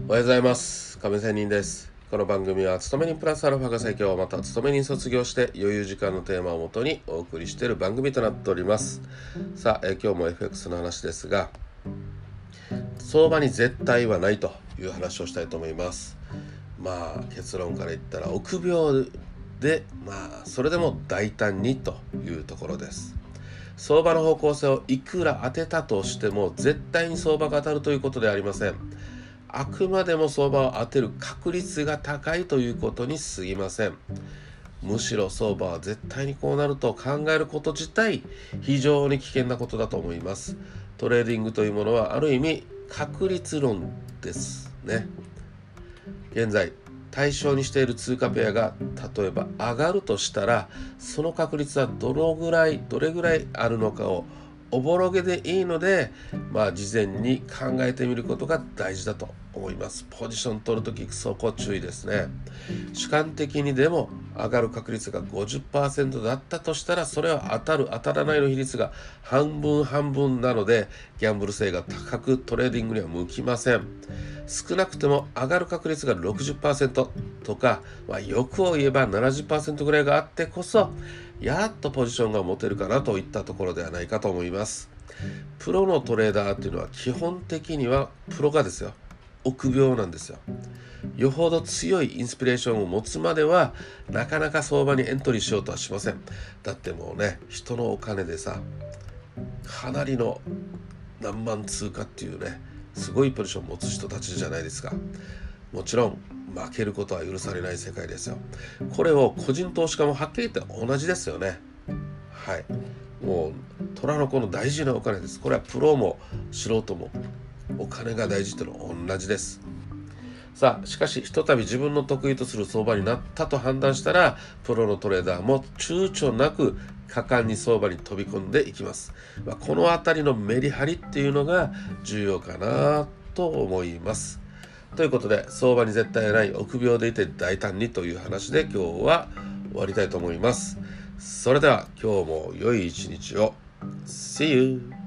おはようございます。亀仙人です。この番組は勤め人プラスアルファが最強、また勤め人卒業して余裕時間のテーマをもとにお送りしている番組となっております。さあ、今日も FX の話ですが、相場に絶対はないという話をしたいと思います。結論から言ったら臆病で、それでも大胆にというところです。相場の方向性をいくら当てたとしても絶対に相場が当たるということではありません。あくまでも相場を当てる確率が高いということに過ぎません。むしろ相場は絶対にこうなると考えること自体非常に危険なことだと思います。トレーディングというものはある意味確率論ですね。現在対象にしている通貨ペアが例えば上がるとしたら、その確率はどれぐらいあるのかをおぼろげでいいので、事前に考えてみることが大事だと思います。ポジション取るときそこ注意ですね。主観的にでも上がる確率が 50% だったとしたら、それは当たる当たらないの比率が半分なので、ギャンブル性が高くトレーディングには向きません。少なくても上がる確率が 60% とか、欲を言えば 70% ぐらいがあってこそやっとポジションが持てるかなといったところではないかと思います。プロのトレーダーっていうのは基本的にはプロがですよ、臆病なんですよ。よほど強いインスピレーションを持つまではなかなか相場にエントリーしようとはしません。だってもうね、人のお金でさ、かなりの何万通貨っていうね、すごいポジションを持つ人たちじゃないですか。もちろん負けることは許されない世界ですよ。これを個人投資家もはっきり言って同じですよね。はい、もう虎の子の大事なお金です。これはプロも素人もお金が大事というのは同じです。さあ、しかしひとたび自分の得意とする相場になったと判断したら、プロのトレーダーも躊躇なく果敢に相場に飛び込んでいきます。このあたりのメリハリっていうのが重要かなと思います。ということで、相場に絶対ない臆病でいて大胆にという話で今日は終わりたいと思います。それでは今日も良い一日を。See you!